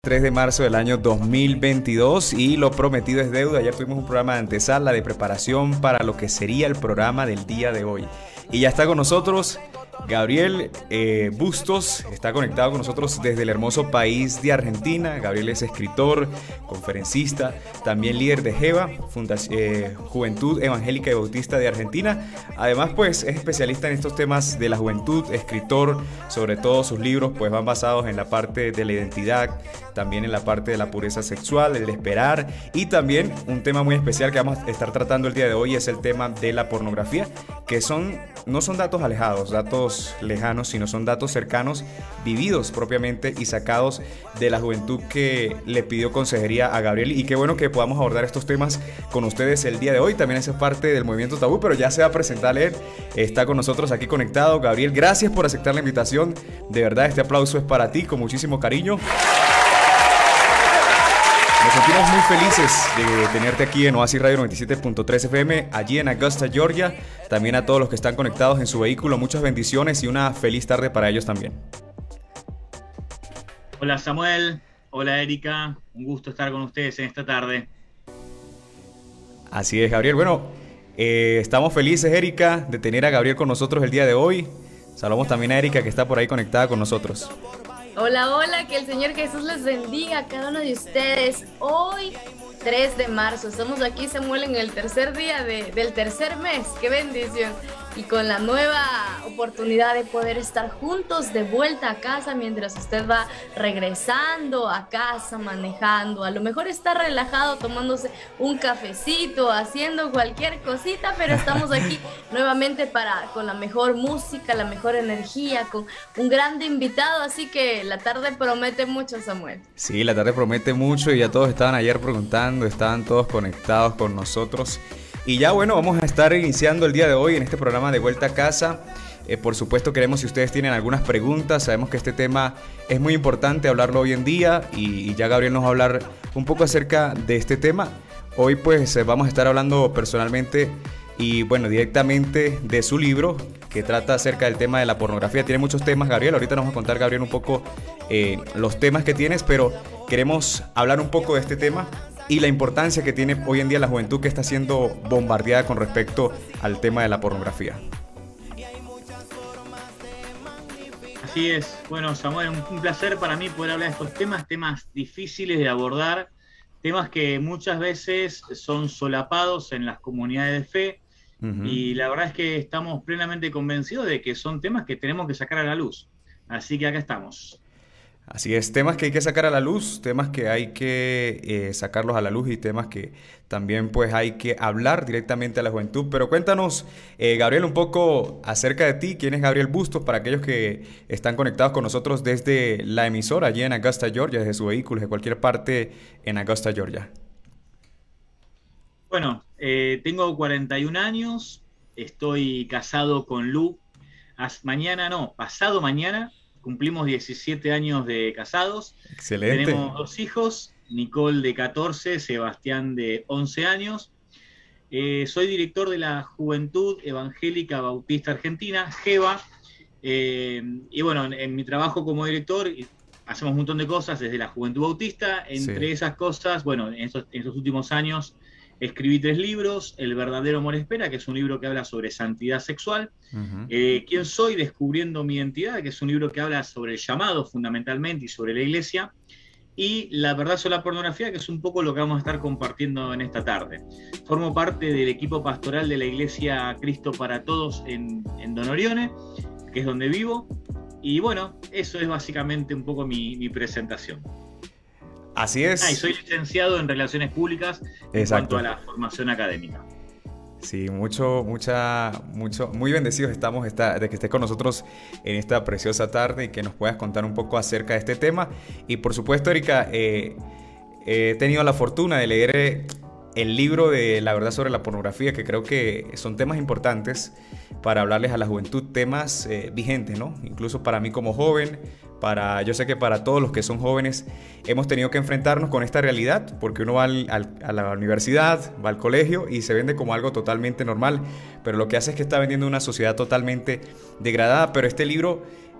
3 de marzo del año 2022 y lo prometido es deuda. Ayer tuvimos un programa de antesala de preparación para lo que sería el programa del día de hoy. Y ya está con nosotros Gabriel Bustos, está conectado con nosotros desde el hermoso país de Argentina. Gabriel es escritor, conferencista, también líder de JEBA, Juventud Evangélica y Bautista de Argentina. Además, pues, es especialista en estos temas de la juventud, escritor, sobre todo sus libros pues van basados en la parte de la identidad, también en la parte de la pureza sexual, el esperar, y también un tema muy especial que vamos a estar tratando el día de hoy es el tema de la pornografía, que no son datos alejados, datos lejanos, sino son datos cercanos, vividos propiamente y sacados de la juventud que le pidió consejería a Gabriel. Y qué bueno que podamos abordar estos temas con ustedes el día de hoy. También es parte del movimiento Tabú, pero ya se va a presentar él. Está con nosotros aquí conectado. Gabriel, gracias por aceptar la invitación. De verdad, este aplauso es para ti, con muchísimo cariño. Nos sentimos muy felices de tenerte aquí en Oasis Radio 97.3 FM, allí en Augusta, Georgia. También a todos los que están conectados en su vehículo, muchas bendiciones y una feliz tarde para ellos también. Hola Samuel, hola Erika, un gusto estar con ustedes en esta tarde. Así es, Gabriel. Bueno, estamos felices, Erika, de tener a Gabriel con nosotros el día de hoy. Saludamos también a Erika, que está por ahí conectada con nosotros. Hola, hola, que el Señor Jesús les bendiga a cada uno de ustedes. Hoy, 3 de marzo, estamos aquí, Samuel, en el tercer día del tercer mes. ¡Qué bendición! Y con la nueva oportunidad de poder estar juntos de vuelta a casa mientras usted va regresando a casa, manejando. A lo mejor está relajado tomándose un cafecito, haciendo cualquier cosita, pero estamos aquí nuevamente con la mejor música, la mejor energía, con un grande invitado. Así que la tarde promete mucho, Samuel. Sí, la tarde promete mucho y ya todos estaban ayer preguntando, estaban todos conectados con nosotros. Y ya bueno, vamos a estar iniciando el día de hoy en este programa de Vuelta a Casa. Por supuesto queremos, si ustedes tienen algunas preguntas, sabemos que este tema es muy importante hablarlo hoy en día y ya Gabriel nos va a hablar un poco acerca de este tema. Hoy pues vamos a estar hablando personalmente y bueno, directamente de su libro que trata acerca del tema de la pornografía. Tiene muchos temas, Gabriel, ahorita nos va a contar Gabriel un poco los temas que tienes, pero queremos hablar un poco de este tema y la importancia que tiene hoy en día la juventud que está siendo bombardeada con respecto al tema de la pornografía. Así es. Bueno, Samuel, un placer para mí poder hablar de estos temas difíciles de abordar, temas que muchas veces son solapados en las comunidades de fe. Uh-huh. Y la verdad es que estamos plenamente convencidos de que son temas que tenemos que sacar a la luz. Así que acá estamos. Así es, temas que hay que sacar a la luz, temas que hay que sacarlos a la luz y temas que también pues hay que hablar directamente a la juventud. Pero cuéntanos, Gabriel, un poco acerca de ti. ¿Quién es Gabriel Bustos? Para aquellos que están conectados con nosotros desde la emisora allí en Augusta, Georgia, desde su vehículo, de cualquier parte en Augusta, Georgia. Bueno, tengo 41 años, estoy casado con Lu. Pasado mañana cumplimos 17 años de casados. Excelente. Tenemos 2 hijos, Nicole de 14, Sebastián de 11 años. Soy director de la Juventud Evangélica Bautista Argentina, JEBA. Y bueno, en mi trabajo como director hacemos un montón de cosas desde la Juventud Bautista. Entre esas cosas, bueno, en estos últimos años escribí 3 libros: El verdadero amor espera, que es un libro que habla sobre santidad sexual. Uh-huh. ¿Quién soy? Descubriendo mi identidad, que es un libro que habla sobre el llamado fundamentalmente y sobre la iglesia. Y La verdad sobre la pornografía, que es un poco lo que vamos a estar compartiendo en esta tarde. Formo parte del equipo pastoral de la iglesia Cristo para Todos en Don Orione, que es donde vivo. Y bueno, eso es básicamente un poco mi presentación. Así es. Y soy licenciado en Relaciones Públicas en cuanto a la formación académica. Sí, muy bendecidos estamos de que estés con nosotros en esta preciosa tarde y que nos puedas contar un poco acerca de este tema. Y por supuesto, Erika, he tenido la fortuna de leer el libro de La verdad sobre la pornografía, que creo que son temas importantes para hablarles a la juventud, temas vigentes, ¿no? Incluso para mí como joven, yo sé que para todos los que son jóvenes hemos tenido que enfrentarnos con esta realidad, porque uno va a la universidad, va al colegio y se vende como algo totalmente normal, pero lo que hace es que está vendiendo una sociedad totalmente degradada. Pero este libro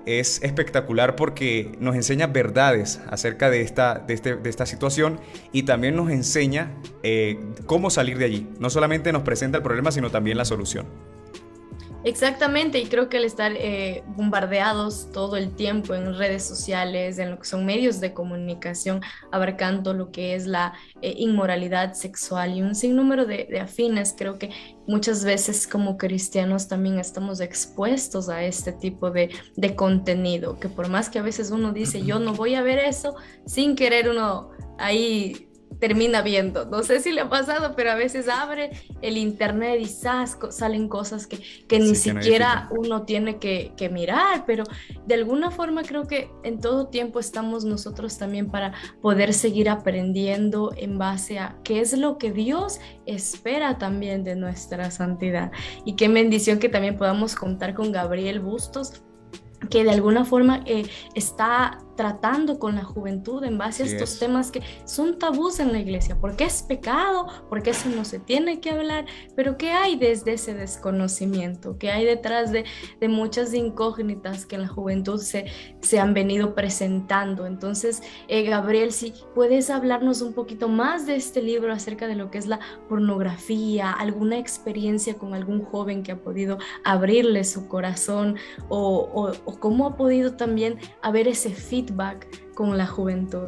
es espectacular porque nos enseña verdades acerca de esta situación y también nos enseña cómo salir de allí. No solamente nos presenta el problema, sino también la solución. Exactamente, y creo que el estar bombardeados todo el tiempo en redes sociales, en lo que son medios de comunicación, abarcando lo que es la inmoralidad sexual y un sinnúmero de afines, creo que muchas veces como cristianos también estamos expuestos a este tipo de contenido, que por más que a veces uno dice, yo no voy a ver eso, sin querer uno ahí termina viendo. No sé si le ha pasado, pero a veces abre el internet y salen cosas que ni siquiera uno tiene que mirar, pero de alguna forma creo que en todo tiempo estamos nosotros también para poder seguir aprendiendo en base a qué es lo que Dios espera también de nuestra santidad. Y qué bendición que también podamos contar con Gabriel Bustos, que de alguna forma está tratando con la juventud en base a estos temas que son tabús en la iglesia, porque es pecado, porque eso no se tiene que hablar, pero ¿qué hay desde ese desconocimiento? ¿Qué hay detrás de muchas incógnitas que en la juventud se han venido presentando? Entonces, Gabriel, si puedes hablarnos un poquito más de este libro acerca de lo que es la pornografía, alguna experiencia con algún joven que ha podido abrirle su corazón o cómo ha podido también haber ese feedback con la juventud.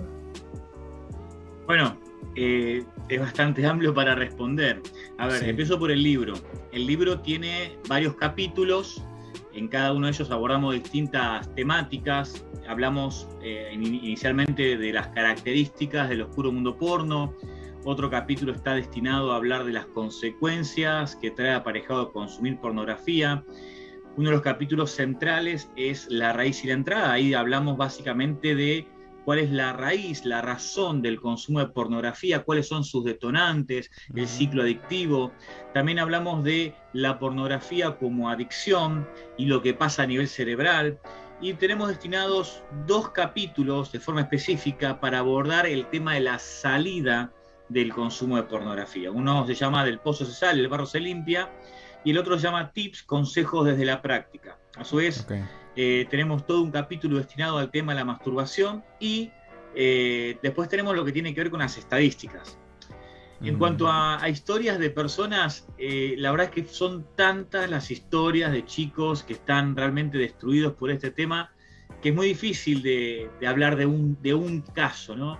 Bueno, es bastante amplio para responder. A ver, empiezo por el libro. El libro tiene varios capítulos. En cada uno de ellos abordamos distintas temáticas. Hablamos inicialmente de las características del oscuro mundo porno. Otro capítulo está destinado a hablar de las consecuencias que trae aparejado consumir pornografía. Uno de los capítulos centrales es la raíz y la entrada. Ahí hablamos básicamente de cuál es la raíz, la razón del consumo de pornografía, cuáles son sus detonantes, el ciclo adictivo. También hablamos de la pornografía como adicción y lo que pasa a nivel cerebral. Y tenemos destinados 2 capítulos de forma específica para abordar el tema de la salida del consumo de pornografía. Uno se llama Del pozo se sale, el barro se limpia, y el otro se llama Tips, consejos desde la práctica. A su vez, tenemos todo un capítulo destinado al tema de la masturbación y después tenemos lo que tiene que ver con las estadísticas. En cuanto a historias de personas, la verdad es que son tantas las historias de chicos que están realmente destruidos por este tema que es muy difícil de hablar de un caso, ¿no?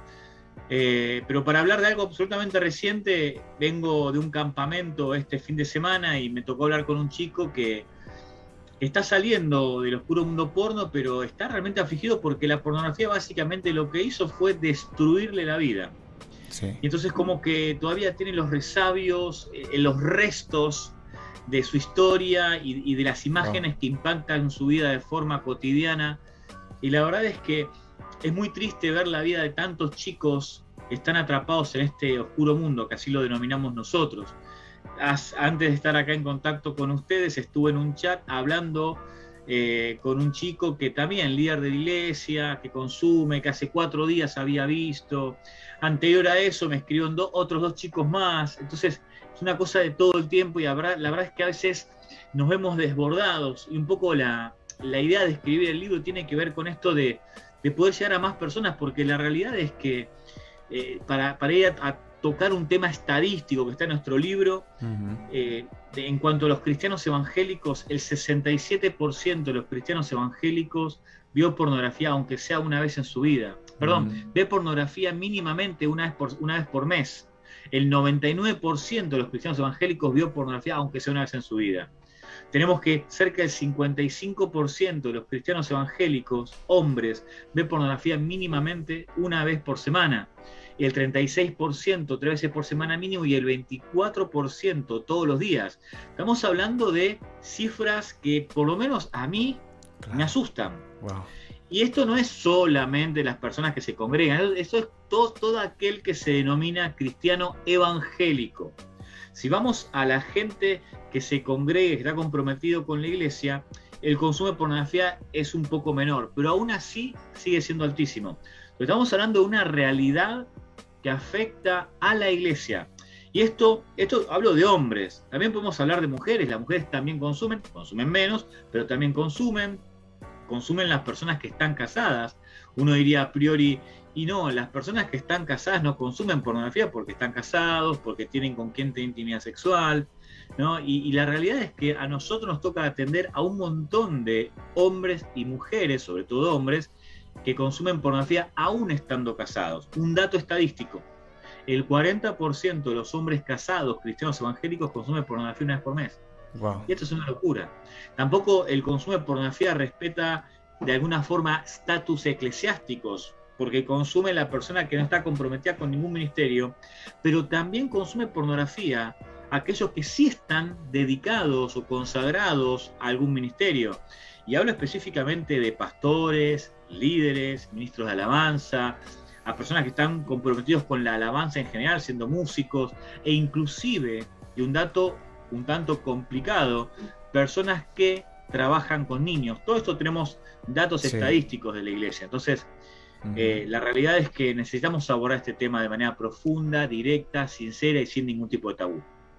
Pero para hablar de algo absolutamente reciente, vengo de un campamento este fin de semana y me tocó hablar con un chico que está saliendo del oscuro mundo porno, pero está realmente afligido porque la pornografía básicamente lo que hizo fue destruirle la vida. Sí. Y entonces como que todavía tiene los resabios, los restos de su historia y de las imágenes que impactan su vida de forma cotidiana. Y la verdad es que es muy triste ver la vida de tantos chicos que están atrapados en este oscuro mundo, que así lo denominamos nosotros. Antes de estar acá en contacto con ustedes, estuve en un chat hablando con un chico que también, líder de la iglesia, que consume, que hace 4 días había visto. Anterior a eso me escribieron otros 2 chicos más. Entonces es una cosa de todo el tiempo y la verdad es que a veces nos vemos desbordados. Y un poco la idea de escribir el libro tiene que ver con esto de poder llegar a más personas, porque la realidad es que para ir a tocar un tema estadístico que está en nuestro libro, en cuanto a los cristianos evangélicos, el 67% de los cristianos evangélicos vio pornografía aunque sea una vez en su vida. Perdón, ve pornografía mínimamente una vez por mes. El 99% de los cristianos evangélicos vio pornografía aunque sea una vez en su vida. Tenemos que cerca del 55% de los cristianos evangélicos, hombres, ve pornografía mínimamente una vez por semana. El 36% 3 veces por semana mínimo y el 24% todos los días. Estamos hablando de cifras que por lo menos a mí me asustan. Wow. Y esto no es solamente las personas que se congregan, esto es todo aquel que se denomina cristiano evangélico. Si vamos a la gente que se congregue, que está comprometido con la iglesia, el consumo de pornografía es un poco menor, pero aún así sigue siendo altísimo. Pero estamos hablando de una realidad que afecta a la iglesia. Y esto hablo de hombres, también podemos hablar de mujeres. Las mujeres también consumen menos, pero también consumen. consumen las personas que están casadas. Uno diría a priori, y no, las personas que están casadas no consumen pornografía porque están casados, porque tienen con quien tener intimidad sexual, ¿no? Y la realidad es que a nosotros nos toca atender a un montón de hombres y mujeres, sobre todo hombres, que consumen pornografía aún estando casados. Un dato estadístico: el 40% de los hombres casados cristianos evangélicos consumen pornografía una vez por mes. Wow. Y esto es una locura. Tampoco el consumo de pornografía respeta de alguna forma estatus eclesiásticos, porque consume la persona que no está comprometida con ningún ministerio, pero también consume pornografía aquellos que sí están dedicados o consagrados a algún ministerio. Y hablo específicamente de pastores, líderes, ministros de alabanza, a personas que están comprometidos con la alabanza en general, siendo músicos, e inclusive, y un dato un tanto complicado, personas que trabajan con niños. Todo esto tenemos datos estadísticos de la iglesia. Entonces, la realidad es que necesitamos abordar este tema de manera profunda, directa, sincera y sin ningún tipo de tabú.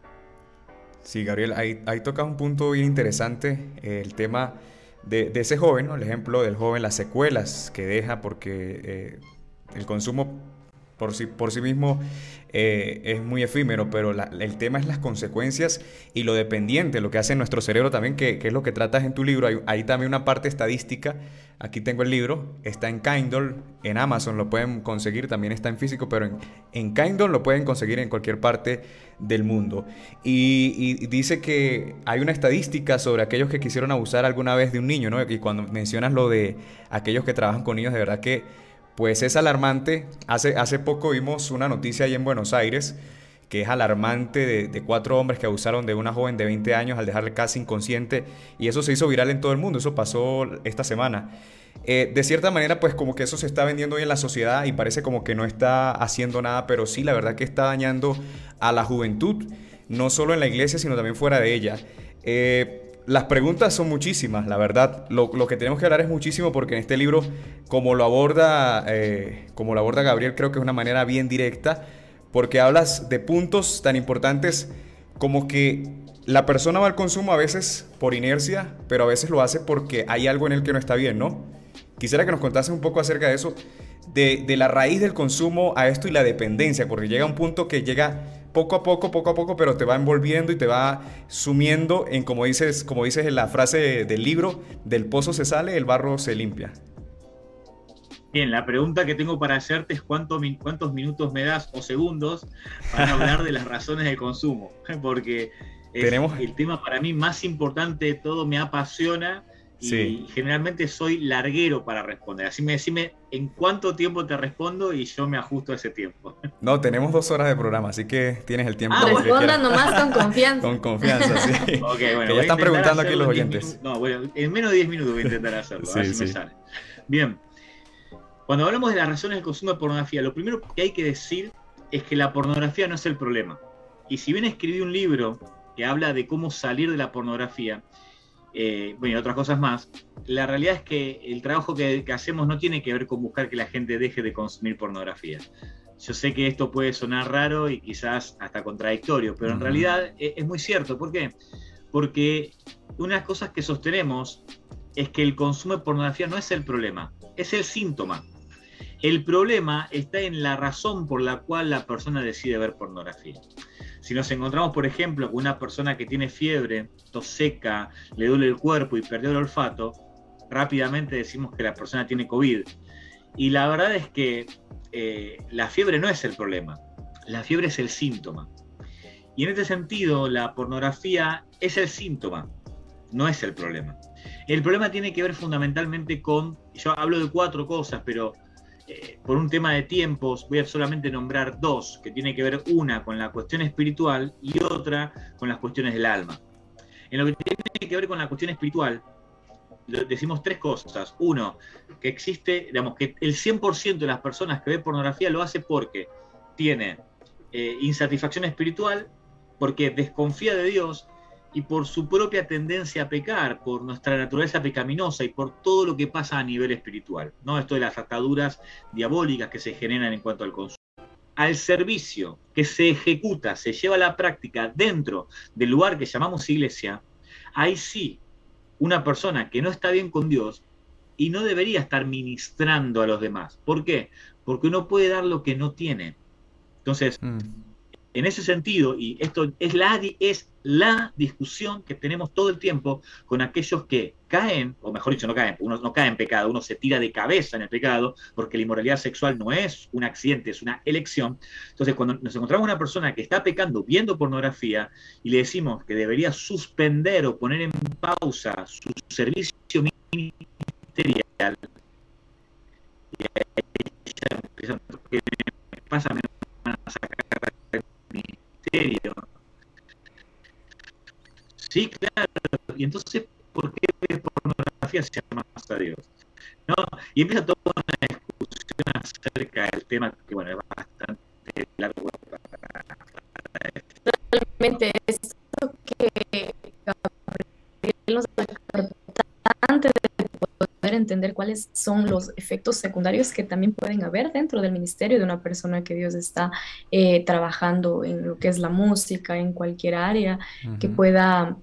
Sí, Gabriel, ahí tocas un punto bien interesante, el tema de ese joven, ¿no? El ejemplo del joven, las secuelas que deja, porque el consumo por sí mismo es muy efímero, pero el tema es las consecuencias y lo dependiente, lo que hace nuestro cerebro también, que es lo que tratas en tu libro. Hay también una parte estadística. Aquí tengo el libro, está en Kindle, en Amazon lo pueden conseguir, también está en físico, pero en Kindle lo pueden conseguir en cualquier parte del mundo. Y dice que hay una estadística sobre aquellos que quisieron abusar alguna vez de un niño, ¿no? Y cuando mencionas lo de aquellos que trabajan con niños, de verdad que pues es alarmante. Hace poco vimos una noticia ahí en Buenos Aires que es alarmante de 4 hombres que abusaron de una joven de 20 años al dejarla casi inconsciente, y eso se hizo viral en todo el mundo. Eso pasó esta semana. De cierta manera, pues como que eso se está vendiendo hoy en la sociedad y parece como que no está haciendo nada, pero sí, la verdad que está dañando a la juventud, no solo en la iglesia, sino también fuera de ella. Las preguntas son muchísimas, la verdad. Lo que tenemos que hablar es muchísimo, porque en este libro, como lo aborda Gabriel, creo que es una manera bien directa, porque hablas de puntos tan importantes como que la persona va al consumo a veces por inercia, pero a veces lo hace porque hay algo en él que no está bien, ¿no? Quisiera que nos contases un poco acerca de eso, de la raíz del consumo a esto y la dependencia, porque llega un punto que llega poco a poco, pero te va envolviendo y te va sumiendo en, como dices en la frase del libro, del pozo se sale, el barro se limpia. Bien, la pregunta que tengo para hacerte es cuántos minutos me das o segundos para hablar de las razones del consumo, porque es el tema para mí más importante de todo, me apasiona y generalmente soy larguero para responder. Así me decime en cuánto tiempo te respondo y yo me ajusto a ese tiempo. No, tenemos 2 horas de programa, así que tienes el tiempo. Responda nomás con confianza. Con confianza, sí. Okay, bueno, que ya están preguntando aquí los oyentes. En menos de 10 minutos voy a intentar hacerlo, a ver si me sale. Bien. Cuando hablamos de las razones del consumo de pornografía, lo primero que hay que decir es que la pornografía no es el problema. Y si bien escribí un libro que habla de cómo salir de la pornografía, y otras cosas más, la realidad es que el trabajo que hacemos no tiene que ver con buscar que la gente deje de consumir pornografía. Yo sé que esto puede sonar raro y quizás hasta contradictorio, pero en realidad es muy cierto. ¿Por qué? Porque una de las cosas que sostenemos es que el consumo de pornografía no es el problema, es el síntoma. El problema está en la razón por la cual la persona decide ver pornografía. Si nos encontramos, por ejemplo, con una persona que tiene fiebre, tos seca, le duele el cuerpo y perdió el olfato, rápidamente decimos que la persona tiene COVID. Y la verdad es que la fiebre no es el problema, la fiebre es el síntoma. Y en este sentido, la pornografía es el síntoma, no es el problema. El problema tiene que ver fundamentalmente con, yo hablo de 4 cosas, pero por un tema de tiempos voy a solamente nombrar 2, que tiene que ver una con la cuestión espiritual y otra con las cuestiones del alma. En lo que tiene que ver con la cuestión espiritual, decimos 3 cosas. Uno, que existe, digamos, que el 100% de las personas que ven pornografía lo hace porque tiene insatisfacción espiritual, porque desconfía de Dios y por su propia tendencia a pecar, por nuestra naturaleza pecaminosa y por todo lo que pasa a nivel espiritual, ¿no? Esto de las ataduras diabólicas que se generan en cuanto al consumo. Al servicio que se ejecuta, se lleva a la práctica dentro del lugar que llamamos iglesia, ahí sí, una persona que no está bien con Dios y no debería estar ministrando a los demás. ¿Por qué? Porque uno puede dar lo que no tiene. Entonces, en ese sentido, y esto es la discusión que tenemos todo el tiempo con aquellos que caen, o mejor dicho, no caen, uno no cae en pecado, uno se tira de cabeza en el pecado, porque la inmoralidad sexual no es un accidente, es una elección. Entonces, cuando nos encontramos una persona que está pecando viendo pornografía y le decimos que debería suspender o poner en pausa su servicio ministerial, y ahí ya empiezan, ¿qué me pasa? Me van a sacar del ministerio. Sí, claro. Y entonces, ¿por qué pornografía se llama más a Dios? ¿No? Y empieza toda una discusión acerca del tema que, bueno, es bastante largo. Realmente esto que Gabriel nos aclaró antes de poder entender cuáles son los efectos secundarios que también pueden haber dentro del ministerio de una persona que Dios está trabajando en lo que es la música, en cualquier área que pueda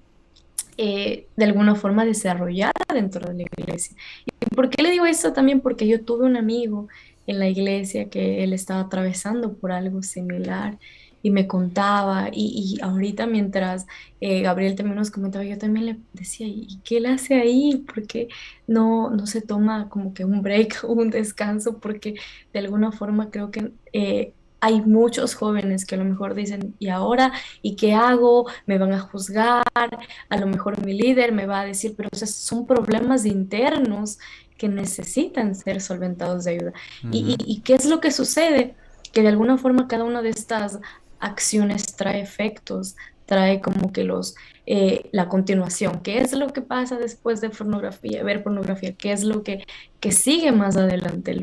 de alguna forma desarrollar dentro de la iglesia. ¿Y por qué le digo esto también? Porque yo tuve un amigo en la iglesia que él estaba atravesando por algo similar y me contaba, y ahorita mientras Gabriel también nos comentaba, yo también le decía, ¿y qué él hace ahí? ¿Por qué no se toma como que un break o un descanso? Porque de alguna forma creo que hay muchos jóvenes que a lo mejor dicen, ¿y ahora? ¿Y qué hago? ¿Me van a juzgar? A lo mejor mi líder me va a decir, pero o sea, son problemas internos que necesitan ser solventados de ayuda. ¿Y qué es lo que sucede? Que de alguna forma cada una de estas acciones trae efectos, trae como que la continuación. ¿Qué es lo que pasa después de pornografía, ver pornografía? ¿Qué es lo que sigue más adelante?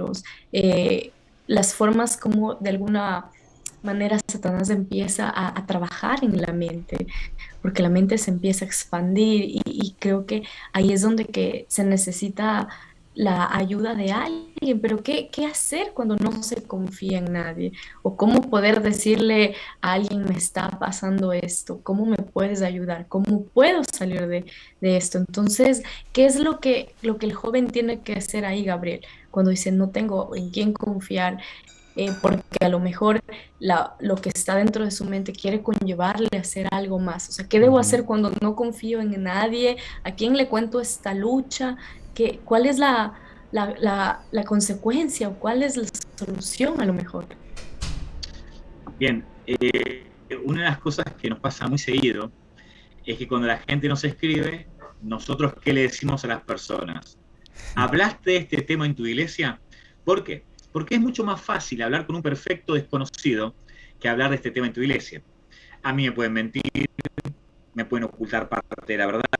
Las formas como de alguna manera Satanás empieza a trabajar en la mente, porque la mente se empieza a expandir y creo que ahí es donde que se necesita la ayuda de alguien, pero ¿qué hacer cuando no se confía en nadie? ¿O cómo poder decirle a alguien, me está pasando esto? ¿Cómo me puedes ayudar? ¿Cómo puedo salir de esto? Entonces, ¿qué es lo que el joven tiene que hacer ahí, Gabriel? Cuando dice, no tengo en quién confiar, porque a lo mejor lo que está dentro de su mente quiere conllevarle a hacer algo más. O sea, ¿qué debo hacer cuando no confío en nadie? ¿A quién le cuento esta lucha? ¿Cuál es la consecuencia o cuál es la solución a lo mejor? Bien, una de las cosas que nos pasa muy seguido es que cuando la gente nos escribe, nosotros ¿qué le decimos a las personas? ¿Hablaste de este tema en tu iglesia? ¿Por qué? Porque es mucho más fácil hablar con un perfecto desconocido que hablar de este tema en tu iglesia. A mí me pueden mentir, me pueden ocultar parte de la verdad,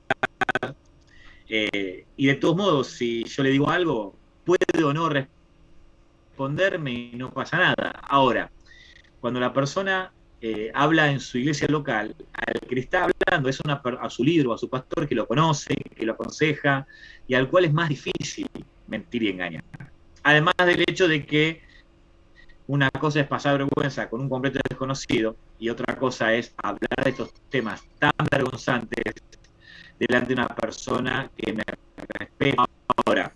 y de todos modos, si yo le digo algo, puede o no responderme y no pasa nada. Ahora, cuando la persona habla en su iglesia local, al que le está hablando es a su líder o a su pastor que lo conoce, que lo aconseja, y al cual es más difícil mentir y engañar. Además del hecho de que una cosa es pasar vergüenza con un completo desconocido y otra cosa es hablar de estos temas tan vergonzantes delante de una persona que me respeta. Ahora,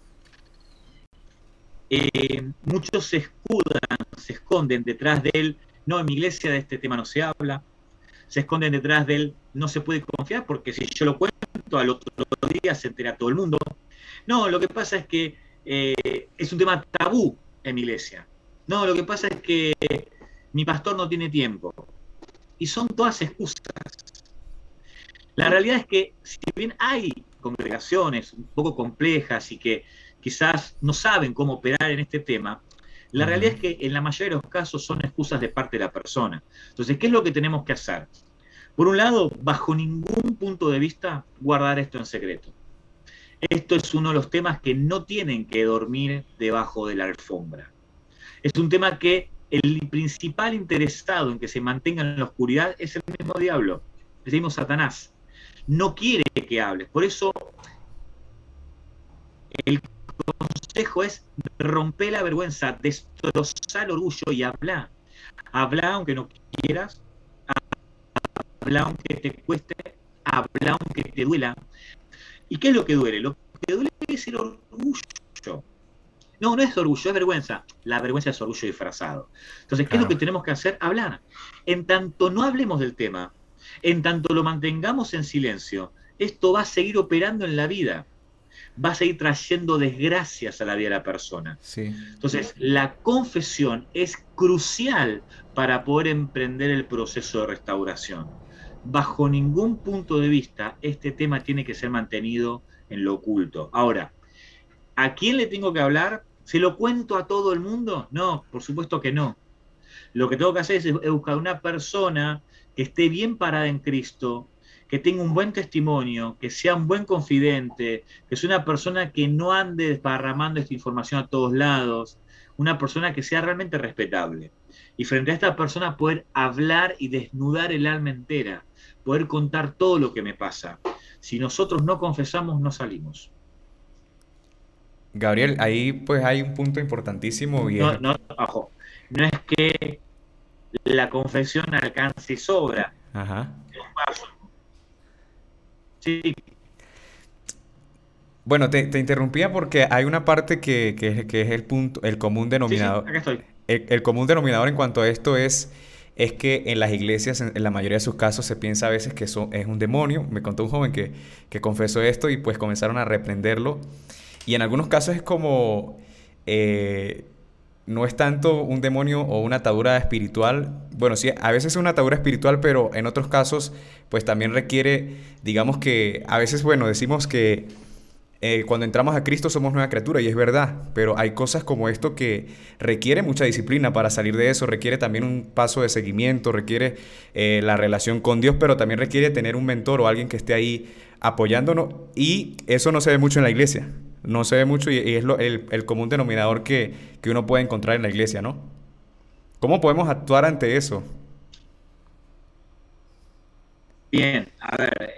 muchos se esconden detrás de él, no, en mi iglesia de este tema no se habla, se esconden detrás de él, no se puede confiar porque si yo lo cuento al otro día se entera todo el mundo. No, lo que pasa es que es un tema tabú en mi iglesia. No, lo que pasa es que mi pastor no tiene tiempo. Y son todas excusas. La realidad es que si bien hay congregaciones un poco complejas y que quizás no saben cómo operar en este tema, la realidad es que en la mayoría de los casos son excusas de parte de la persona. Entonces, ¿qué es lo que tenemos que hacer? Por un lado, bajo ningún punto de vista, guardar esto en secreto. Esto es uno de los temas que no tienen que dormir debajo de la alfombra. Es un tema que el principal interesado en que se mantenga en la oscuridad es el mismo diablo, el mismo Satanás. No quiere que hables. Por eso el consejo es romper la vergüenza, destrozar el orgullo y hablar. Habla aunque no quieras, habla aunque te cueste, habla aunque te duela. ¿Y qué es lo que duele? Lo que duele es el orgullo. orgullo. No, no es orgullo, es vergüenza. La vergüenza es orgullo disfrazado. Entonces, ¿qué es lo Claro. que tenemos que hacer? Hablar. En tanto no hablemos del tema, en tanto lo mantengamos en silencio, esto va a seguir operando en la vida, va a seguir trayendo desgracias a la vida de la persona. Sí. Entonces, la confesión es crucial para poder emprender el proceso de restauración. Bajo ningún punto de vista, este tema tiene que ser mantenido en lo oculto. Ahora, ¿a quién le tengo que hablar? ¿Se lo cuento a todo el mundo? No, por supuesto que no. Lo que tengo que hacer es buscar una persona que esté bien parada en Cristo, que tenga un buen testimonio, que sea un buen confidente, que sea una persona que no ande desparramando esta información a todos lados, una persona que sea realmente respetable. Y frente a esta persona poder hablar y desnudar el alma entera, poder contar todo lo que me pasa. Si nosotros no confesamos, no salimos. Gabriel, ahí pues hay un punto importantísimo y es... No, no, ojo, no es que la confesión alcance y sobra. Ajá. Es un paso. Sí, Bueno, te interrumpía porque hay una parte que es el punto, el común sí, sí, denominador. acá estoy. El común denominador en cuanto a esto es que en las iglesias, en la mayoría de sus casos, se piensa a veces que eso es un demonio. Me contó un joven que confesó esto y pues comenzaron a reprenderlo. Y en algunos casos es como, eh, no es tanto un demonio o una atadura espiritual. Bueno, sí, a veces es una atadura espiritual, pero en otros casos, pues también requiere, digamos que, a veces, bueno, decimos que cuando entramos a Cristo somos nueva criatura y es verdad, pero hay cosas como esto que requiere mucha disciplina para salir de eso, requiere también un paso de seguimiento, requiere la relación con Dios, pero también requiere tener un mentor o alguien que esté ahí apoyándonos y eso no se ve mucho en la iglesia, no se ve mucho y es el común denominador que uno puede encontrar en la iglesia, ¿no? ¿Cómo podemos actuar ante eso? Bien, a ver,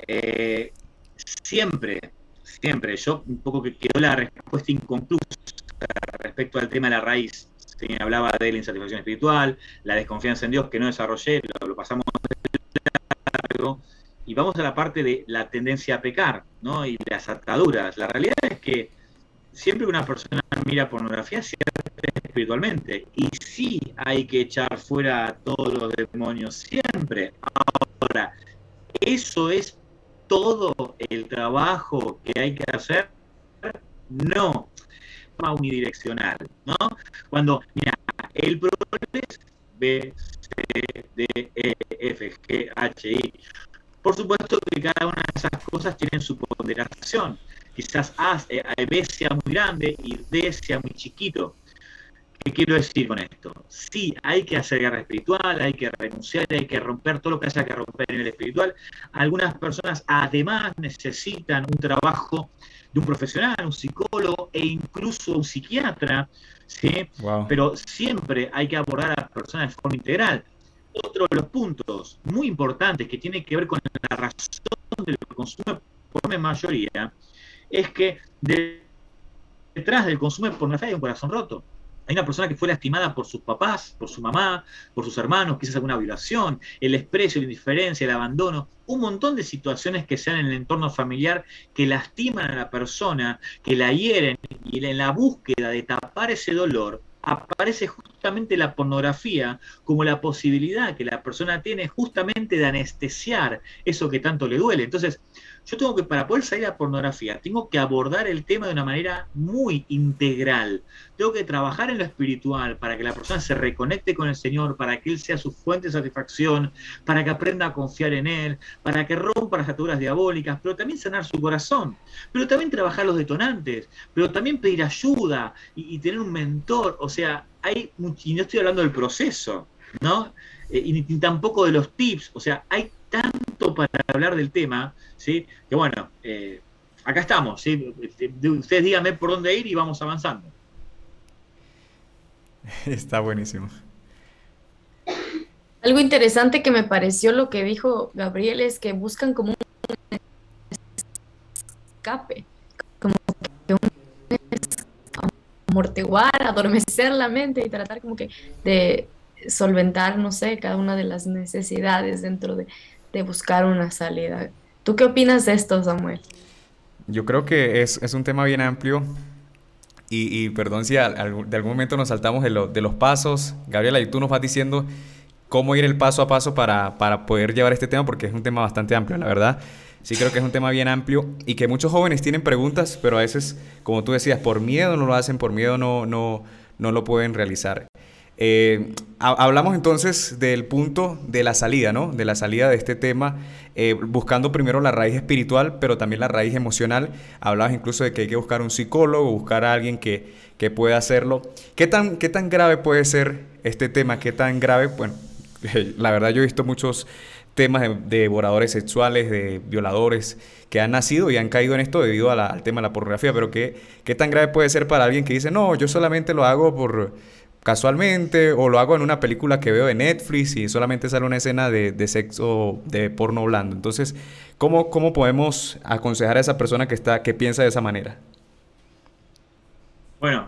siempre, siempre, yo un poco que quedó la respuesta inconclusa respecto al tema de la raíz. Sí, hablaba de la insatisfacción espiritual, la desconfianza en Dios que no desarrollé, lo pasamos largo, y vamos a la parte de la tendencia a pecar, ¿no? Y las ataduras. La realidad es que siempre que una persona mira pornografía, cierra espiritualmente. Y sí hay que echar fuera a todos los demonios, siempre. Ahora, ¿eso es todo el trabajo que hay que hacer? No, unidireccional, ¿no? Cuando, mira, el problema es B, C, D, E, F, G, H, I. Por supuesto que cada una de esas cosas tienen su ponderación. Quizás B sea muy grande y D sea muy chiquito. ¿Qué quiero decir con esto? Sí, hay que hacer guerra espiritual, hay que renunciar, hay que romper todo lo que haya que romper en el espiritual. Algunas personas además necesitan un trabajo de un profesional, un psicólogo e incluso un psiquiatra, ¿sí? Wow. Pero siempre hay que abordar a las personas de forma integral. Otro de los puntos muy importantes que tiene que ver con la razón del consumo por la mayoría es que detrás del consumo de pornografía hay un corazón roto. Hay una persona que fue lastimada por sus papás, por su mamá, por sus hermanos, quizás alguna violación, el desprecio, la indiferencia, el abandono, un montón de situaciones que se dan en el entorno familiar que lastiman a la persona, que la hieren, y en la búsqueda de tapar ese dolor aparece justamente la pornografía como la posibilidad que la persona tiene justamente de anestesiar eso que tanto le duele. Entonces, yo tengo que, para poder salir a pornografía, tengo que abordar el tema de una manera muy integral. Tengo que trabajar en lo espiritual para que la persona se reconecte con el Señor, para que Él sea su fuente de satisfacción, para que aprenda a confiar en Él, para que rompa las ataduras diabólicas, pero también sanar su corazón, pero también trabajar los detonantes, pero también pedir ayuda y tener un mentor. O sea, y no estoy hablando del proceso, ¿no? Ni tampoco de los tips. O sea, hay tanto para hablar del tema, ¿sí? Que bueno, acá estamos, ¿sí? Ustedes díganme por dónde ir y vamos avanzando. Está buenísimo. Algo interesante que me pareció lo que dijo Gabriel es que buscan como un escape, como que un amortiguar, adormecer la mente y tratar como que de solventar, no sé, cada una de las necesidades dentro de buscar una salida. ¿Tú qué opinas de esto, Samuel? Yo creo que es un tema bien amplio Y perdón si de algún momento nos saltamos de los pasos. Gabriela, y tú nos vas diciendo cómo ir el paso a paso para poder llevar este tema, porque es un tema bastante amplio, la verdad. Sí creo que es un tema bien amplio y que muchos jóvenes tienen preguntas, pero a veces, como tú decías, por miedo no lo hacen, por miedo no lo pueden realizar. Hablamos entonces del punto de la salida, ¿no? De la salida de este tema, buscando primero la raíz espiritual, pero también la raíz emocional. Hablabas incluso de que hay que buscar un psicólogo, buscar a alguien que pueda hacerlo. ¿Qué tan grave puede ser este tema? ¿Qué tan grave? Bueno, la verdad yo he visto muchos temas de devoradores sexuales, de violadores que han nacido y han caído en esto debido al tema de la pornografía, pero ¿qué tan grave puede ser para alguien que dice, no, yo solamente lo hago por casualmente, o lo hago en una película que veo de Netflix y solamente sale una escena de sexo, de porno blando? Entonces, ¿cómo podemos aconsejar a esa persona que piensa de esa manera? Bueno,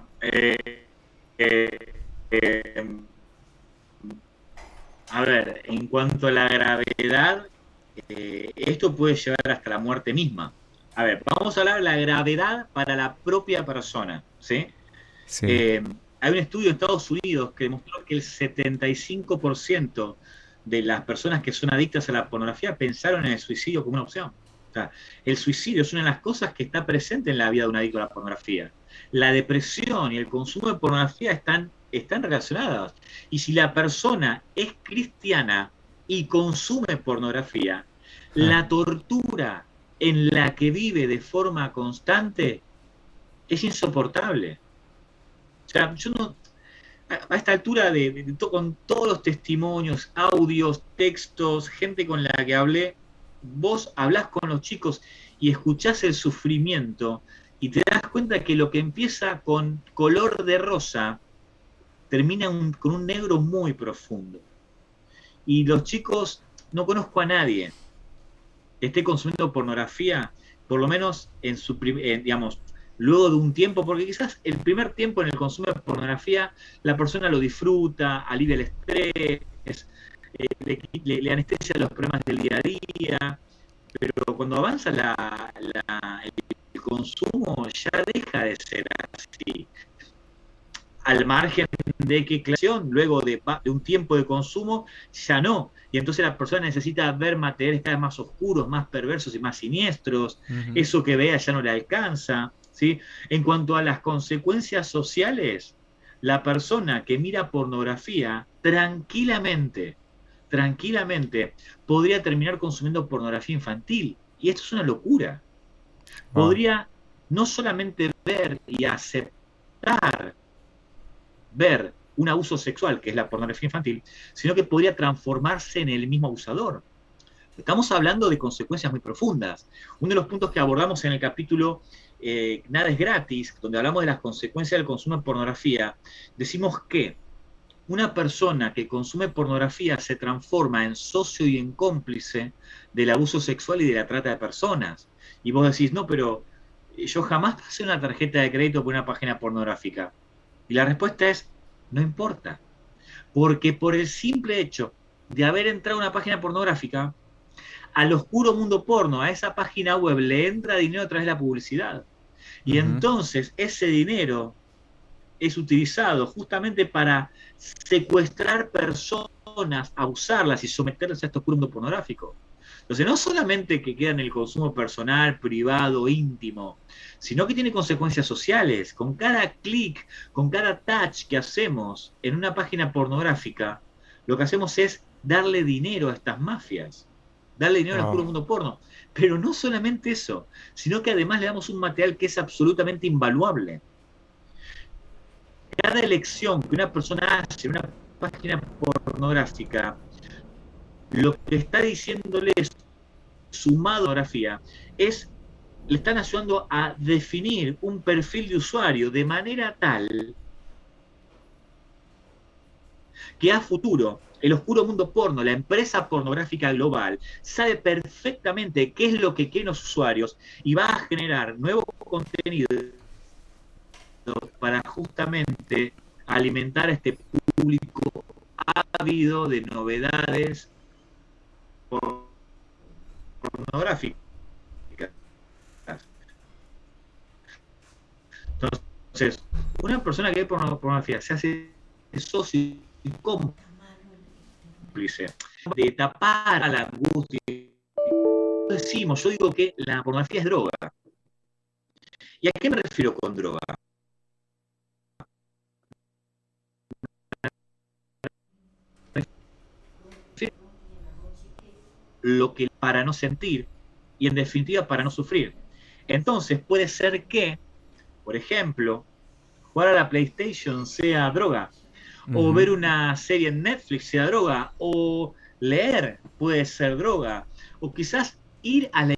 a ver, en cuanto a la gravedad, esto puede llevar hasta la muerte misma. A ver, vamos a hablar de la gravedad para la propia persona, ¿sí? Sí. Hay un estudio en Estados Unidos que demostró que el 75% de las personas que son adictas a la pornografía pensaron en el suicidio como una opción. O sea, el suicidio es una de las cosas que está presente en la vida de un adicto a la pornografía. La depresión y el consumo de pornografía están relacionadas. Y si la persona es cristiana y consume pornografía, la tortura en la que vive de forma constante es insoportable. O sea, yo no, a esta altura, con todos los testimonios, audios, textos, gente con la que hablé, vos hablás con los chicos y escuchás el sufrimiento y te das cuenta que lo que empieza con color de rosa termina con un negro muy profundo. Y los chicos, no conozco a nadie que esté consumiendo pornografía, por lo menos digamos, luego de un tiempo, porque quizás el primer tiempo en el consumo de pornografía la persona lo disfruta, alivia el estrés, le anestesia los problemas del día a día, pero cuando avanza el consumo ya deja de ser así. Al margen de que luego de un tiempo de consumo, ya no. Y entonces la persona necesita ver materiales cada vez más oscuros, más perversos y más siniestros. Eso que vea ya no le alcanza, ¿sí? En cuanto a las consecuencias sociales, la persona que mira pornografía tranquilamente podría terminar consumiendo pornografía infantil. Y esto es una locura. Podría no solamente ver y aceptar ver un abuso sexual, que es la pornografía infantil, sino que podría transformarse en el mismo abusador. Estamos hablando de consecuencias muy profundas. Uno de los puntos que abordamos en el capítulo Nada es gratis, donde hablamos de las consecuencias del consumo de pornografía, decimos que una persona que consume pornografía se transforma en socio y en cómplice del abuso sexual y de la trata de personas. Y vos decís, no, pero yo jamás pasé una tarjeta de crédito por una página pornográfica. Y la respuesta es, no importa. Porque por el simple hecho de haber entrado a una página pornográfica, al oscuro mundo porno, a esa página web, le entra dinero a través de la publicidad. Y entonces ese dinero es utilizado justamente para secuestrar personas, abusarlas y someterlas a este oscuro mundo pornográfico. Entonces, no solamente que queda en el consumo personal, privado, íntimo, sino que tiene consecuencias sociales. Con cada clic, con cada touch que hacemos en una página pornográfica, lo que hacemos es darle dinero a estas mafias, darle dinero al oscuro mundo porno. Pero no solamente eso, sino que además le damos un material que es absolutamente invaluable. Cada elección que una persona hace en una página pornográfica, lo que está diciéndole sumado a pornografía le están ayudando a definir un perfil de usuario de manera tal que a futuro el oscuro mundo porno, la empresa pornográfica global, sabe perfectamente qué es lo que quieren los usuarios y va a generar nuevo contenido para justamente alimentar a este público ávido de novedades pornográficas. Entonces, una persona que ve pornografía se hace socio y cómplice de tapar a la angustia. Yo digo que la pornografía es droga. ¿Y a qué me refiero con droga? Lo que para no sentir y en definitiva para no sufrir. Entonces puede ser que, por ejemplo, jugar a la PlayStation sea droga, o ver una serie en Netflix sea droga, o leer puede ser droga, o quizás ir a la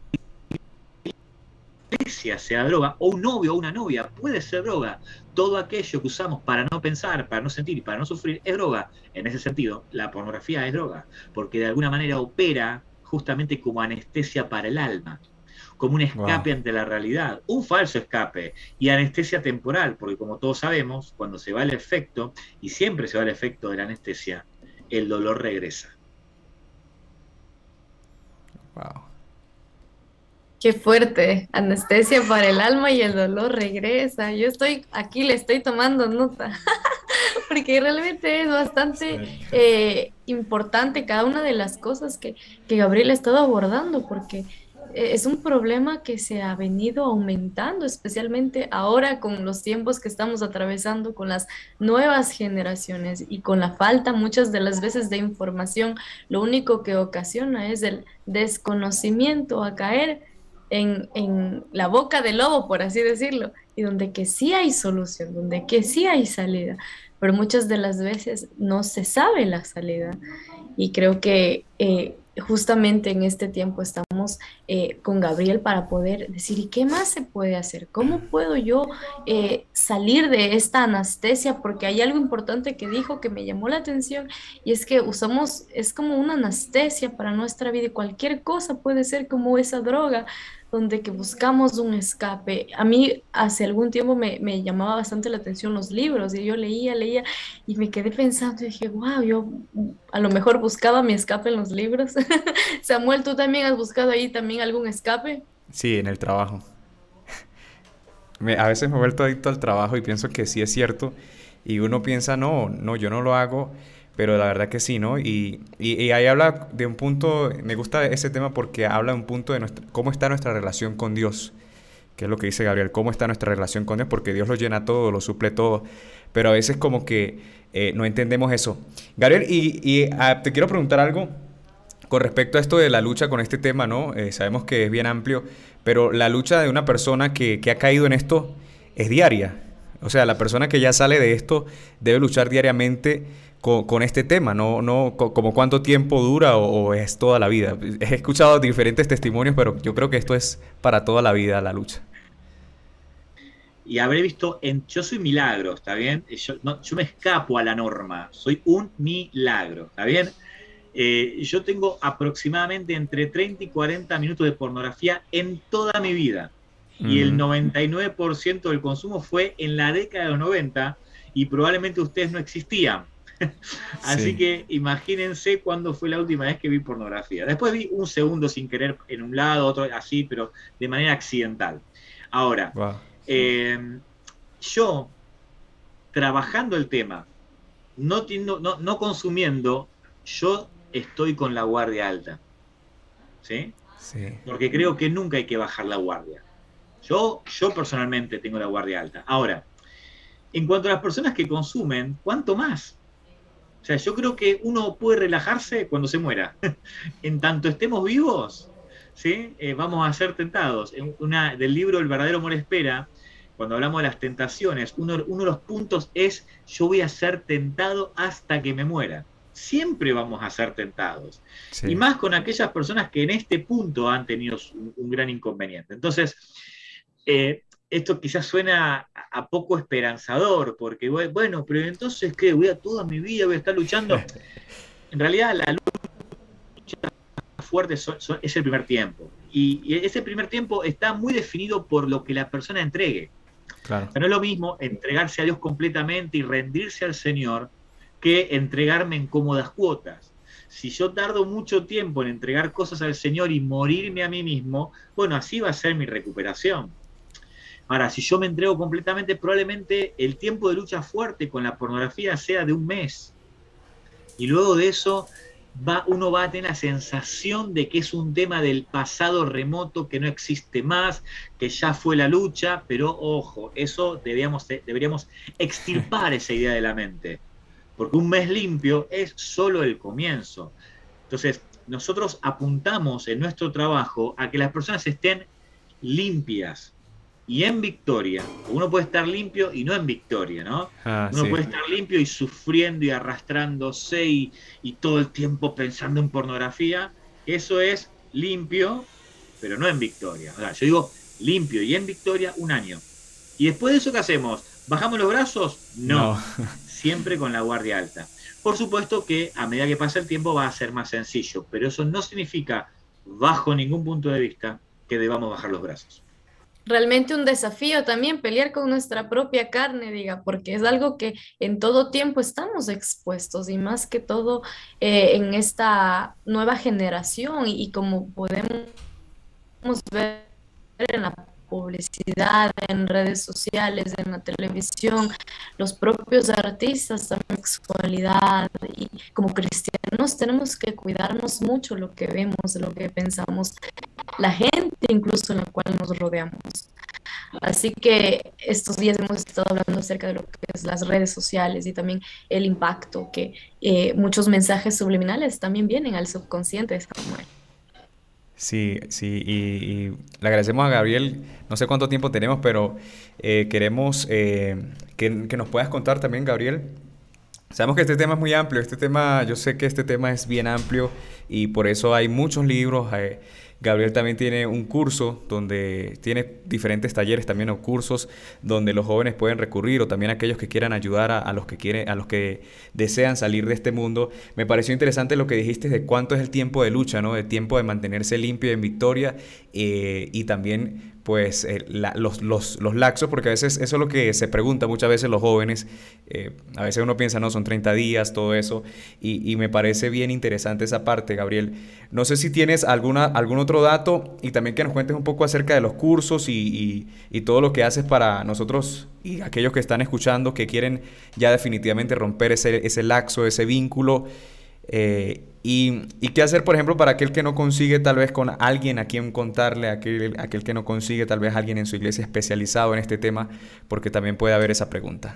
iglesia sea droga, o un novio o una novia puede ser droga. Todo aquello que usamos para no pensar, para no sentir y para no sufrir es droga. En ese sentido, la pornografía es droga, porque de alguna manera opera justamente como anestesia para el alma, como un escape ante la realidad, un falso escape, y anestesia temporal, porque como todos sabemos, cuando se va el efecto, y siempre se va el efecto de la anestesia, el dolor regresa. Wow. Qué fuerte, anestesia para el alma y el dolor regresa. Yo estoy aquí, le estoy tomando nota, porque realmente es bastante importante cada una de las cosas que Gabriel ha estado abordando, porque es un problema que se ha venido aumentando, especialmente ahora con los tiempos que estamos atravesando, con las nuevas generaciones y con la falta muchas de las veces de información. Lo único que ocasiona es el desconocimiento, a caer en la boca del lobo, por así decirlo, y donde que sí hay solución, donde que sí hay salida, pero muchas de las veces no se sabe la salida. Y creo que justamente en este tiempo estamos con Gabriel para poder decir, ¿y qué más se puede hacer? ¿Cómo puedo yo salir de esta anestesia? Porque hay algo importante que dijo que me llamó la atención, y es que usamos, es como una anestesia para nuestra vida, y cualquier cosa puede ser como esa droga donde que buscamos un escape. A mí hace algún tiempo me llamaba bastante la atención los libros, y yo leía y me quedé pensando y dije, wow, yo a lo mejor buscaba mi escape en los libros. Samuel, ¿tú también has buscado ahí también algún escape? Sí, en el trabajo. A veces me he vuelto adicto al trabajo y pienso que sí es cierto. Y uno piensa, no, yo no lo hago, pero la verdad que sí, ¿no? Y ahí habla de un punto, me gusta ese tema porque habla de un punto de cómo está nuestra relación con Dios, que es lo que dice Gabriel, cómo está nuestra relación con Dios, porque Dios lo llena todo, lo suple todo, pero a veces como que no entendemos eso. Gabriel, te quiero preguntar algo con respecto a esto de la lucha con este tema, ¿no? Sabemos que es bien amplio, pero la lucha de una persona que ha caído en esto es diaria. O sea, la persona que ya sale de esto debe luchar diariamente con este tema, no como cuánto tiempo dura o es toda la vida. He escuchado diferentes testimonios, pero yo creo que esto es para toda la vida la lucha. Y habré visto, yo soy milagro, ¿está bien? Yo me escapo a la norma, soy un milagro, ¿está bien? Yo tengo aproximadamente entre 30 y 40 minutos de pornografía en toda mi vida. Y el 99% del consumo fue en la década de los 90, y probablemente ustedes no existían. Así que imagínense cuándo fue la última vez que vi pornografía. Después vi un segundo sin querer en un lado, otro así, pero de manera accidental. Ahora, yo, trabajando el tema, no consumiendo, yo estoy con la guardia alta. ¿Sí? Sí. Porque creo que nunca hay que bajar la guardia. Yo personalmente tengo la guardia alta. Ahora, en cuanto a las personas que consumen, ¿cuánto más? O sea, yo creo que uno puede relajarse cuando se muera. En tanto estemos vivos, ¿sí? Vamos a ser tentados. Del libro El verdadero amor espera, cuando hablamos de las tentaciones, uno de los puntos es: yo voy a ser tentado hasta que me muera. Siempre vamos a ser tentados. Sí. Y más con aquellas personas que en este punto han tenido un gran inconveniente. Entonces, esto quizás suena a poco esperanzador, porque bueno, pero entonces, ¿qué? Toda mi vida voy a estar luchando. En realidad, la lucha fuerte es el primer tiempo. Y ese primer tiempo está muy definido por lo que la persona entregue. Claro. O sea, no es lo mismo entregarse a Dios completamente y rendirse al Señor que entregarme en cómodas cuotas. Si yo tardo mucho tiempo en entregar cosas al Señor y morirme a mí mismo, bueno, así va a ser mi recuperación. Ahora, si yo me entrego completamente, probablemente el tiempo de lucha fuerte con la pornografía sea de un mes. Y luego de eso uno va a tener la sensación de que es un tema del pasado remoto, que no existe más, que ya fue la lucha, pero ojo, eso deberíamos extirpar esa idea de la mente, porque un mes limpio es solo el comienzo. Entonces, nosotros apuntamos en nuestro trabajo a que las personas estén limpias y en victoria. Uno puede estar limpio y no en victoria, ¿no? Uno puede estar limpio y sufriendo y arrastrándose y todo el tiempo pensando en pornografía. Eso es limpio, pero no en victoria. O sea, yo digo limpio y en victoria un año. Y después de eso, ¿qué hacemos? ¿Bajamos los brazos? No. Siempre con la guardia alta. Por supuesto que a medida que pasa el tiempo va a ser más sencillo, pero eso no significa, bajo ningún punto de vista, que debamos bajar los brazos. Realmente un desafío también pelear con nuestra propia carne, diga, porque es algo que en todo tiempo estamos expuestos y más que todo en esta nueva generación y como podemos ver en la publicidad, en redes sociales, en la televisión, los propios artistas también sexualidad y como cristianos tenemos que cuidarnos mucho lo que vemos, lo que pensamos, la gente incluso en la cual nos rodeamos. Así que estos días hemos estado hablando acerca de lo que es las redes sociales y también el impacto que muchos mensajes subliminales también vienen al subconsciente de Samuel. Sí, y le agradecemos a Gabriel, no sé cuánto tiempo tenemos, pero queremos que nos puedas contar también, Gabriel. Sabemos que este tema es muy amplio, yo sé que este tema es bien amplio y por eso hay muchos libros. Gabriel también tiene un curso donde tiene diferentes talleres también o cursos donde los jóvenes pueden recurrir o también aquellos que quieran ayudar a los que desean salir de este mundo. Me pareció interesante lo que dijiste de cuánto es el tiempo de lucha, ¿no? El tiempo de mantenerse limpio y en victoria y también pues los laxos, porque a veces eso es lo que se pregunta muchas veces los jóvenes, a veces uno piensa, no, son 30 días, todo eso, y me parece bien interesante esa parte, Gabriel. No sé si tienes algún otro dato y también que nos cuentes un poco acerca de los cursos y todo lo que haces para nosotros y aquellos que están escuchando que quieren ya definitivamente romper ese laxo, ese vínculo. Y qué hacer, por ejemplo, para aquel que no consigue tal vez con alguien a quien contarle, aquel que no consigue tal vez alguien en su iglesia especializado en este tema, porque también puede haber esa pregunta.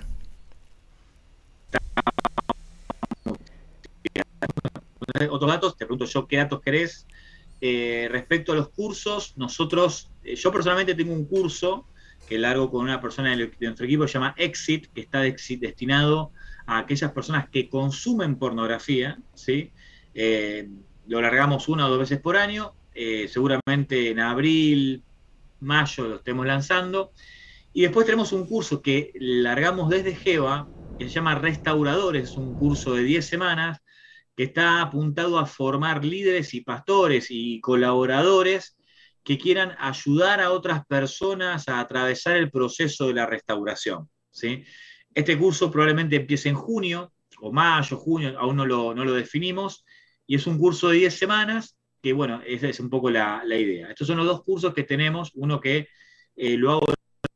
Otros datos, te pregunto yo, ¿qué datos querés? Respecto a los cursos, yo personalmente tengo un curso que largo con una persona de nuestro equipo, se llama Exit, que está destinado a aquellas personas que consumen pornografía, ¿sí? Lo largamos 1 o 2 veces por año, seguramente en abril, mayo lo estemos lanzando, y después tenemos un curso que largamos desde Geva, que se llama Restauradores, es un curso de 10 semanas, que está apuntado a formar líderes y pastores y colaboradores que quieran ayudar a otras personas a atravesar el proceso de la restauración, ¿sí? Este curso probablemente empiece en junio, o mayo, junio, aún no lo definimos, y es un curso de 10 semanas, que bueno, esa es un poco la idea. Estos son los 2 cursos que tenemos, uno que lo hago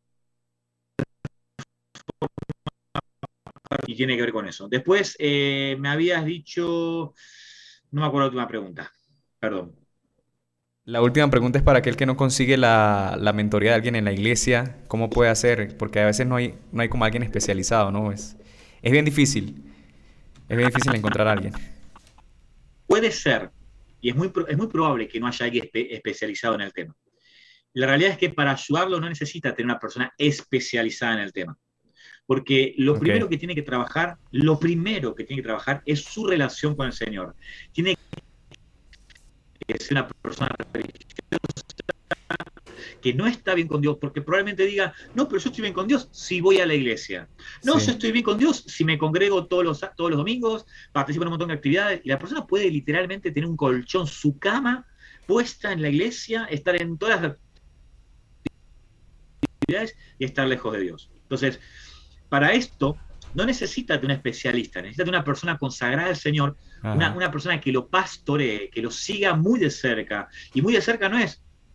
y tiene que ver con eso. Después me habías dicho, no me acuerdo la última pregunta, perdón. La última pregunta es para aquel que no consigue la mentoría de alguien en la iglesia, ¿cómo puede hacer? Porque a veces no hay como alguien especializado, ¿no? Es bien difícil encontrar a alguien. Puede ser, y es muy probable que no haya alguien especializado en el tema. La realidad es que para ayudarlo no necesita tener una persona especializada en el tema. Porque lo primero que tiene que trabajar es su relación con el Señor. Tiene que ser una persona religiosa que no está bien con Dios, porque probablemente diga, no, pero yo estoy bien con Dios si voy a la iglesia. No, yo estoy bien con Dios si me congrego todos los domingos, participo en un montón de actividades, y la persona puede literalmente tener un colchón, su cama puesta en la iglesia, estar en todas las actividades y estar lejos de Dios. Entonces, para esto no necesita de un especialista, necesita de una persona consagrada al Señor, una persona que lo pastoree, que lo siga muy de cerca. Y muy de cerca no es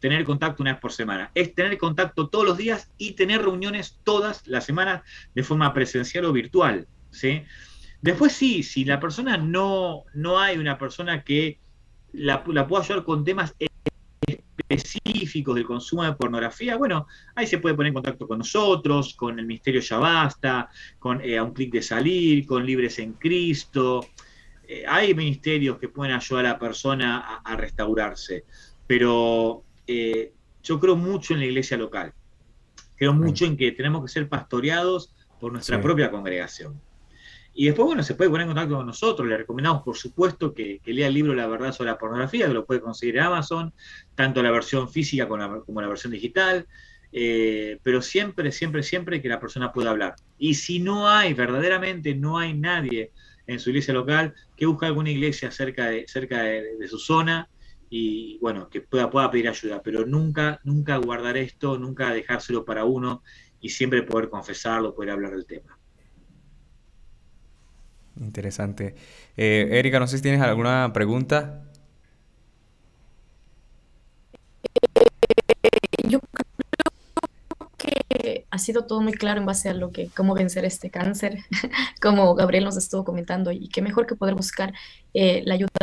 tener contacto una vez por semana, es tener contacto todos los días y tener reuniones todas las semanas de forma presencial o virtual, ¿sí? Después sí, si la persona no hay una persona que la pueda ayudar con temas específicos del consumo de pornografía, bueno, ahí se puede poner en contacto con nosotros, con el Ministerio Ya Basta, con A un Clic de Salir, con Libres en Cristo. Hay ministerios que pueden ayudar a la persona a restaurarse, pero yo creo mucho en la iglesia local. Creo mucho en que tenemos que ser pastoreados por nuestra propia congregación. Y después, bueno, se puede poner en contacto con nosotros. Le recomendamos, por supuesto, que lea el libro La Verdad sobre la Pornografía, que lo puede conseguir en Amazon, tanto la versión física como la versión digital. Pero siempre, siempre, siempre que la persona pueda hablar. Y si verdaderamente no hay nadie en su iglesia local, que busque alguna iglesia cerca de su zona y, bueno, que pueda pedir ayuda. Pero nunca guardar esto, nunca dejárselo para uno y siempre poder confesarlo, poder hablar del tema. Interesante. Erika, no sé si tienes alguna pregunta. Yo creo que ha sido todo muy claro en base a cómo vencer este cáncer, como Gabriel nos estuvo comentando, y qué mejor que poder buscar la ayuda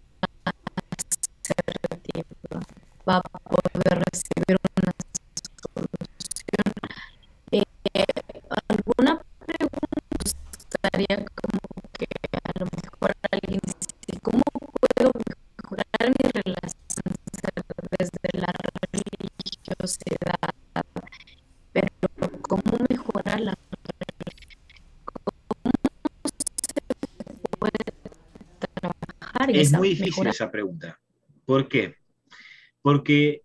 asertiva, va a poder recibir una solución. Eh, ¿Alguna pregunta estaría como que a lo mejor alguien dice, ¿cómo puedo mejorar mi relación desde la religiosidad? Pero ¿cómo mejorar cómo se puede trabajar en Es esa muy difícil mejora? esa pregunta. ¿Por qué? Porque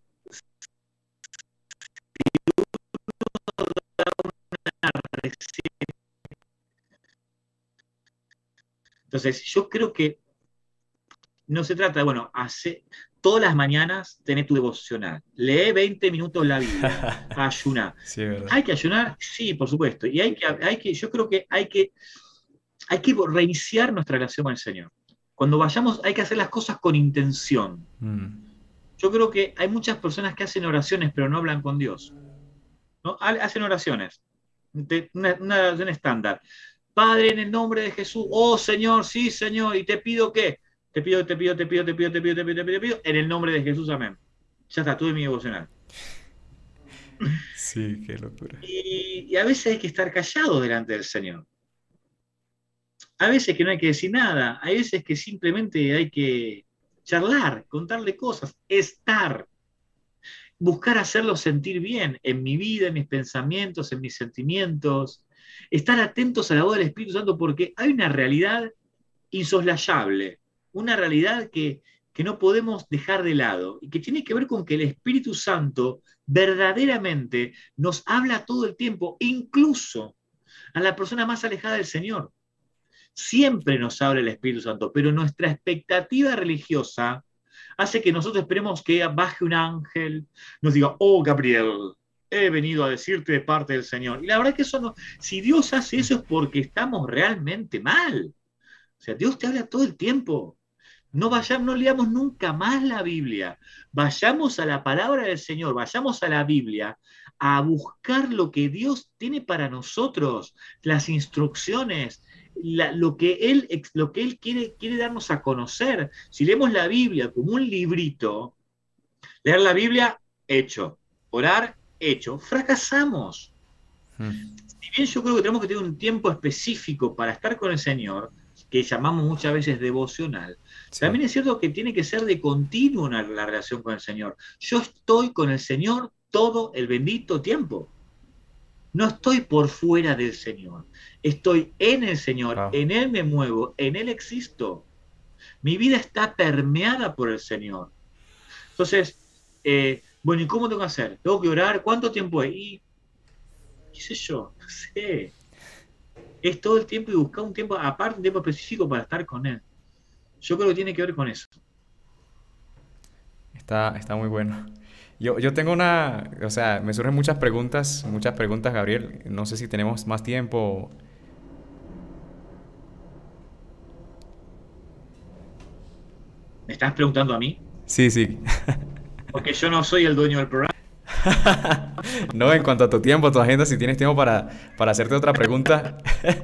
entonces yo creo que no se trata de, bueno, todas las mañanas tenés tu devocional, lee 20 minutos la Biblia, ayuná. Sí, es verdad. ¿Hay que ayunar? Sí, por supuesto. Y yo creo que hay que reiniciar nuestra relación con el Señor. Cuando vayamos, hay que hacer las cosas con intención. Yo creo que hay muchas personas que hacen oraciones, pero no hablan con Dios, ¿no? Hacen oraciones, una oración estándar. Padre, en el nombre de Jesús, oh Señor, sí, Señor, y te pido que, te pido, en el nombre de Jesús, amén. Ya está, tuve mi devocional. Sí, qué locura. Y a veces hay que estar callado delante del Señor. A veces que no hay que decir nada, hay veces que simplemente hay que charlar, contarle cosas, buscar hacerlo sentir bien en mi vida, en mis pensamientos, en mis sentimientos, estar atentos a la voz del Espíritu Santo, porque hay una realidad insoslayable, una realidad que no podemos dejar de lado y que tiene que ver con que el Espíritu Santo verdaderamente nos habla todo el tiempo, incluso a la persona más alejada del Señor. Siempre nos habla el Espíritu Santo, pero nuestra expectativa religiosa hace que nosotros esperemos que baje un ángel, nos diga, oh Gabriel, he venido a decirte de parte del Señor. Y la verdad es que eso no, si Dios hace eso es porque estamos realmente mal. O sea, Dios te habla todo el tiempo. No leamos nunca más la Biblia. Vayamos a la palabra del Señor, vayamos a la Biblia a buscar lo que Dios tiene para nosotros, las instrucciones, lo que Él quiere darnos a conocer. Si leemos la Biblia como un librito, leer la Biblia, hecho. Orar, hecho. Fracasamos. Si bien yo creo que tenemos que tener un tiempo específico para estar con el Señor, que llamamos muchas veces devocional, sí, también es cierto que tiene que ser de continuo la relación con el Señor. Yo estoy con el Señor todo el bendito tiempo. No estoy por fuera del Señor. Estoy en el Señor, wow, en Él me muevo, en Él existo. Mi vida está permeada por el Señor. Entonces, bueno, ¿y cómo tengo que hacer? ¿Tengo que orar? ¿Cuánto tiempo es? Y, qué sé yo, no sé. Es todo el tiempo y buscar un tiempo, aparte un tiempo específico para estar con Él. Yo creo que tiene que ver con eso. Está muy bueno. Yo tengo o sea, me surgen muchas preguntas, Gabriel. No sé si tenemos más tiempo. ¿Me estás preguntando a mí? Sí, sí. Porque yo no soy el dueño del programa. No, en cuanto a tu tiempo, tu agenda, si tienes tiempo para hacerte otra pregunta.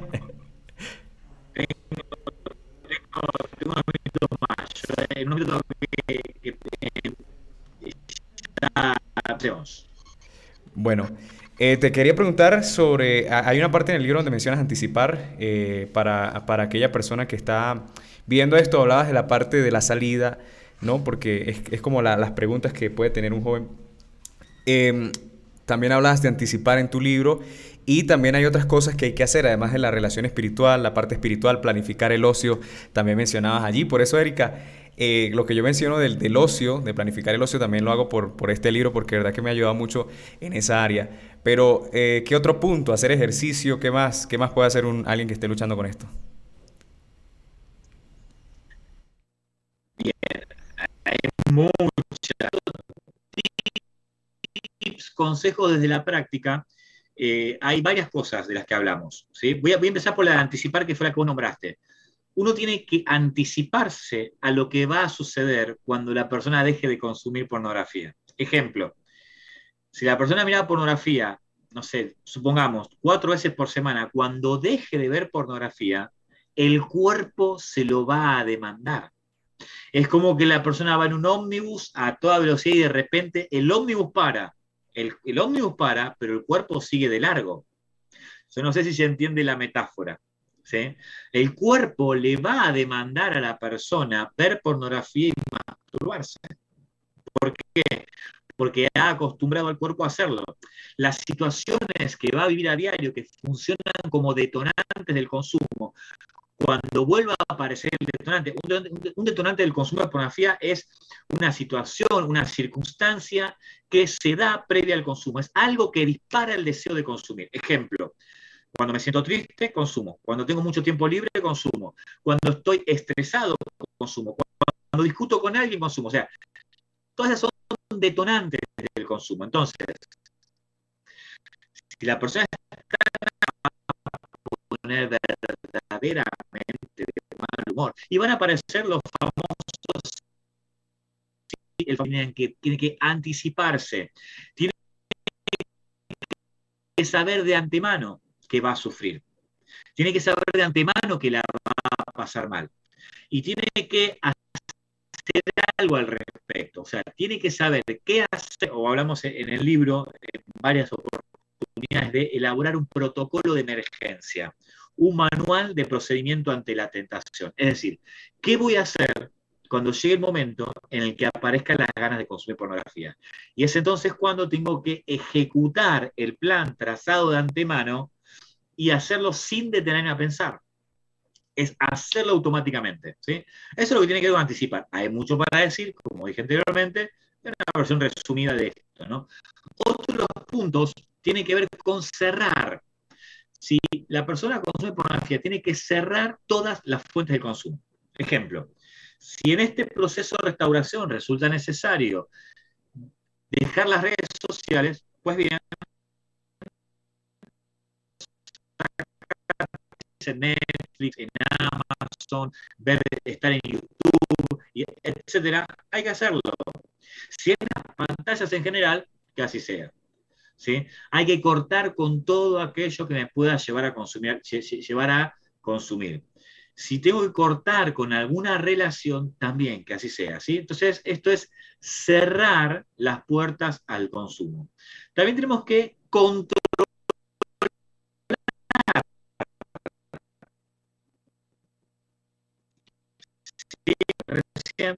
Tengo unos minutos más. En unos minutos que ya hacemos. Bueno, te quería preguntar sobre, hay una parte en el libro donde mencionas anticipar para aquella persona que está viendo esto, hablabas de la parte de la salida, ¿no? Porque es como las preguntas que puede tener un joven. Eh, También hablas de anticipar en tu libro y también hay otras cosas que hay que hacer, además de la relación espiritual, la parte espiritual, planificar el ocio, también mencionabas allí. Por eso, Erika, lo que yo menciono del ocio, de planificar el ocio, también lo hago por este libro porque de verdad que me ha ayudado mucho en esa área. Pero, ¿qué otro punto? ¿Hacer ejercicio? ¿Qué más puede hacer alguien que esté luchando con esto? Bien, hay muchos tips, consejos desde la práctica. Hay varias cosas de las que hablamos, ¿sí? Voy a empezar por la de anticipar, que fue la que vos nombraste. Uno tiene que anticiparse a lo que va a suceder cuando la persona deje de consumir pornografía. Ejemplo, si la persona mira pornografía, no sé, supongamos, 4 veces por semana, cuando deje de ver pornografía, el cuerpo se lo va a demandar. Es como que la persona va en un ómnibus a toda velocidad y de repente el ómnibus para. El ómnibus para, pero el cuerpo sigue de largo. Yo no sé si se entiende la metáfora. ¿Sí? El cuerpo le va a demandar a la persona ver pornografía y masturbarse. ¿Por qué? Porque ha acostumbrado al cuerpo a hacerlo. Las situaciones que va a vivir a diario, que funcionan como detonantes del consumo, cuando vuelva a aparecer el detonante, un detonante del consumo de pornografía es una situación, una circunstancia que se da previa al consumo. Es algo que dispara el deseo de consumir. Ejemplo, cuando me siento triste, consumo. Cuando tengo mucho tiempo libre, consumo. Cuando estoy estresado, consumo. Cuando discuto con alguien, consumo. O sea, todas esas son detonantes del consumo. Entonces, si la persona poner verdaderamente de mal humor. Y van a aparecer los famosos, tiene que anticiparse, tiene que saber de antemano que va a sufrir, tiene que saber de antemano que la va a pasar mal y tiene que hacer algo al respecto, o sea, tiene que saber qué hacer, o hablamos en el libro en varias oportunidades de elaborar un protocolo de emergencia, un manual de procedimiento ante la tentación. Es decir, ¿qué voy a hacer cuando llegue el momento en el que aparezcan las ganas de consumir pornografía? Y es entonces cuando tengo que ejecutar el plan trazado de antemano y hacerlo sin detenerme a pensar. Es hacerlo automáticamente, ¿sí? Eso es lo que tiene que ver con anticipar. Hay mucho para decir, como dije anteriormente, es una versión resumida de esto, ¿no? Otros puntos tienen que ver con cerrar. Si la persona consume pornografía, tiene que cerrar todas las fuentes de consumo. Ejemplo, si en este proceso de restauración resulta necesario dejar las redes sociales, pues bien, en Netflix, en Amazon, estar en YouTube, etcétera, hay que hacerlo. Si en las pantallas en general, que así sea. ¿Sí? Hay que cortar con todo aquello que me pueda llevar a consumir, llevar a consumir. Si tengo que cortar con alguna relación, también que así sea. ¿Sí? Entonces, esto es cerrar las puertas al consumo. También tenemos que controlar. ¿Sí? Recién,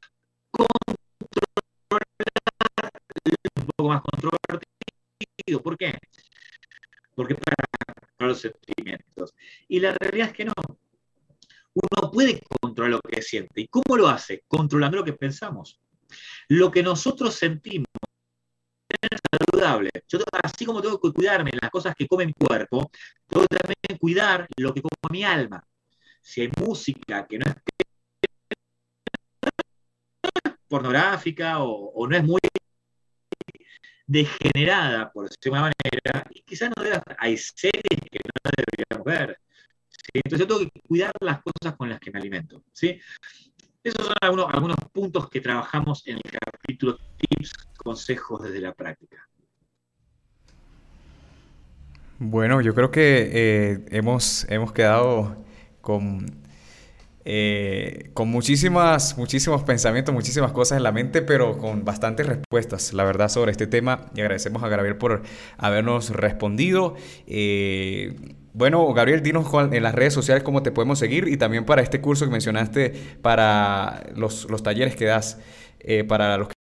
un poco más controvertido. ¿Por qué? Porque para los sentimientos. Y la realidad es que no. Uno puede controlar lo que siente. ¿Y cómo lo hace? Controlando lo que pensamos. Lo que nosotros sentimos es saludable. Yo, así como tengo que cuidarme las cosas que come mi cuerpo, tengo que también cuidar lo que come mi alma. Si hay música que no es pornográfica o no es muy degenerada, por decirlo de una manera, y quizás no deba, hay series que no deberíamos ver. ¿Sí? Entonces yo tengo que cuidar las cosas con las que me alimento. ¿Sí? Esos son algunos puntos que trabajamos en el capítulo Tips, consejos desde la práctica. Bueno, yo creo que hemos quedado con muchísimos pensamientos, muchísimas cosas en la mente, pero con bastantes respuestas, la verdad, sobre este tema. Y agradecemos a Gabriel por habernos respondido. Bueno, Gabriel, dinos en las redes sociales cómo te podemos seguir y también para este curso que mencionaste, para los talleres que das para los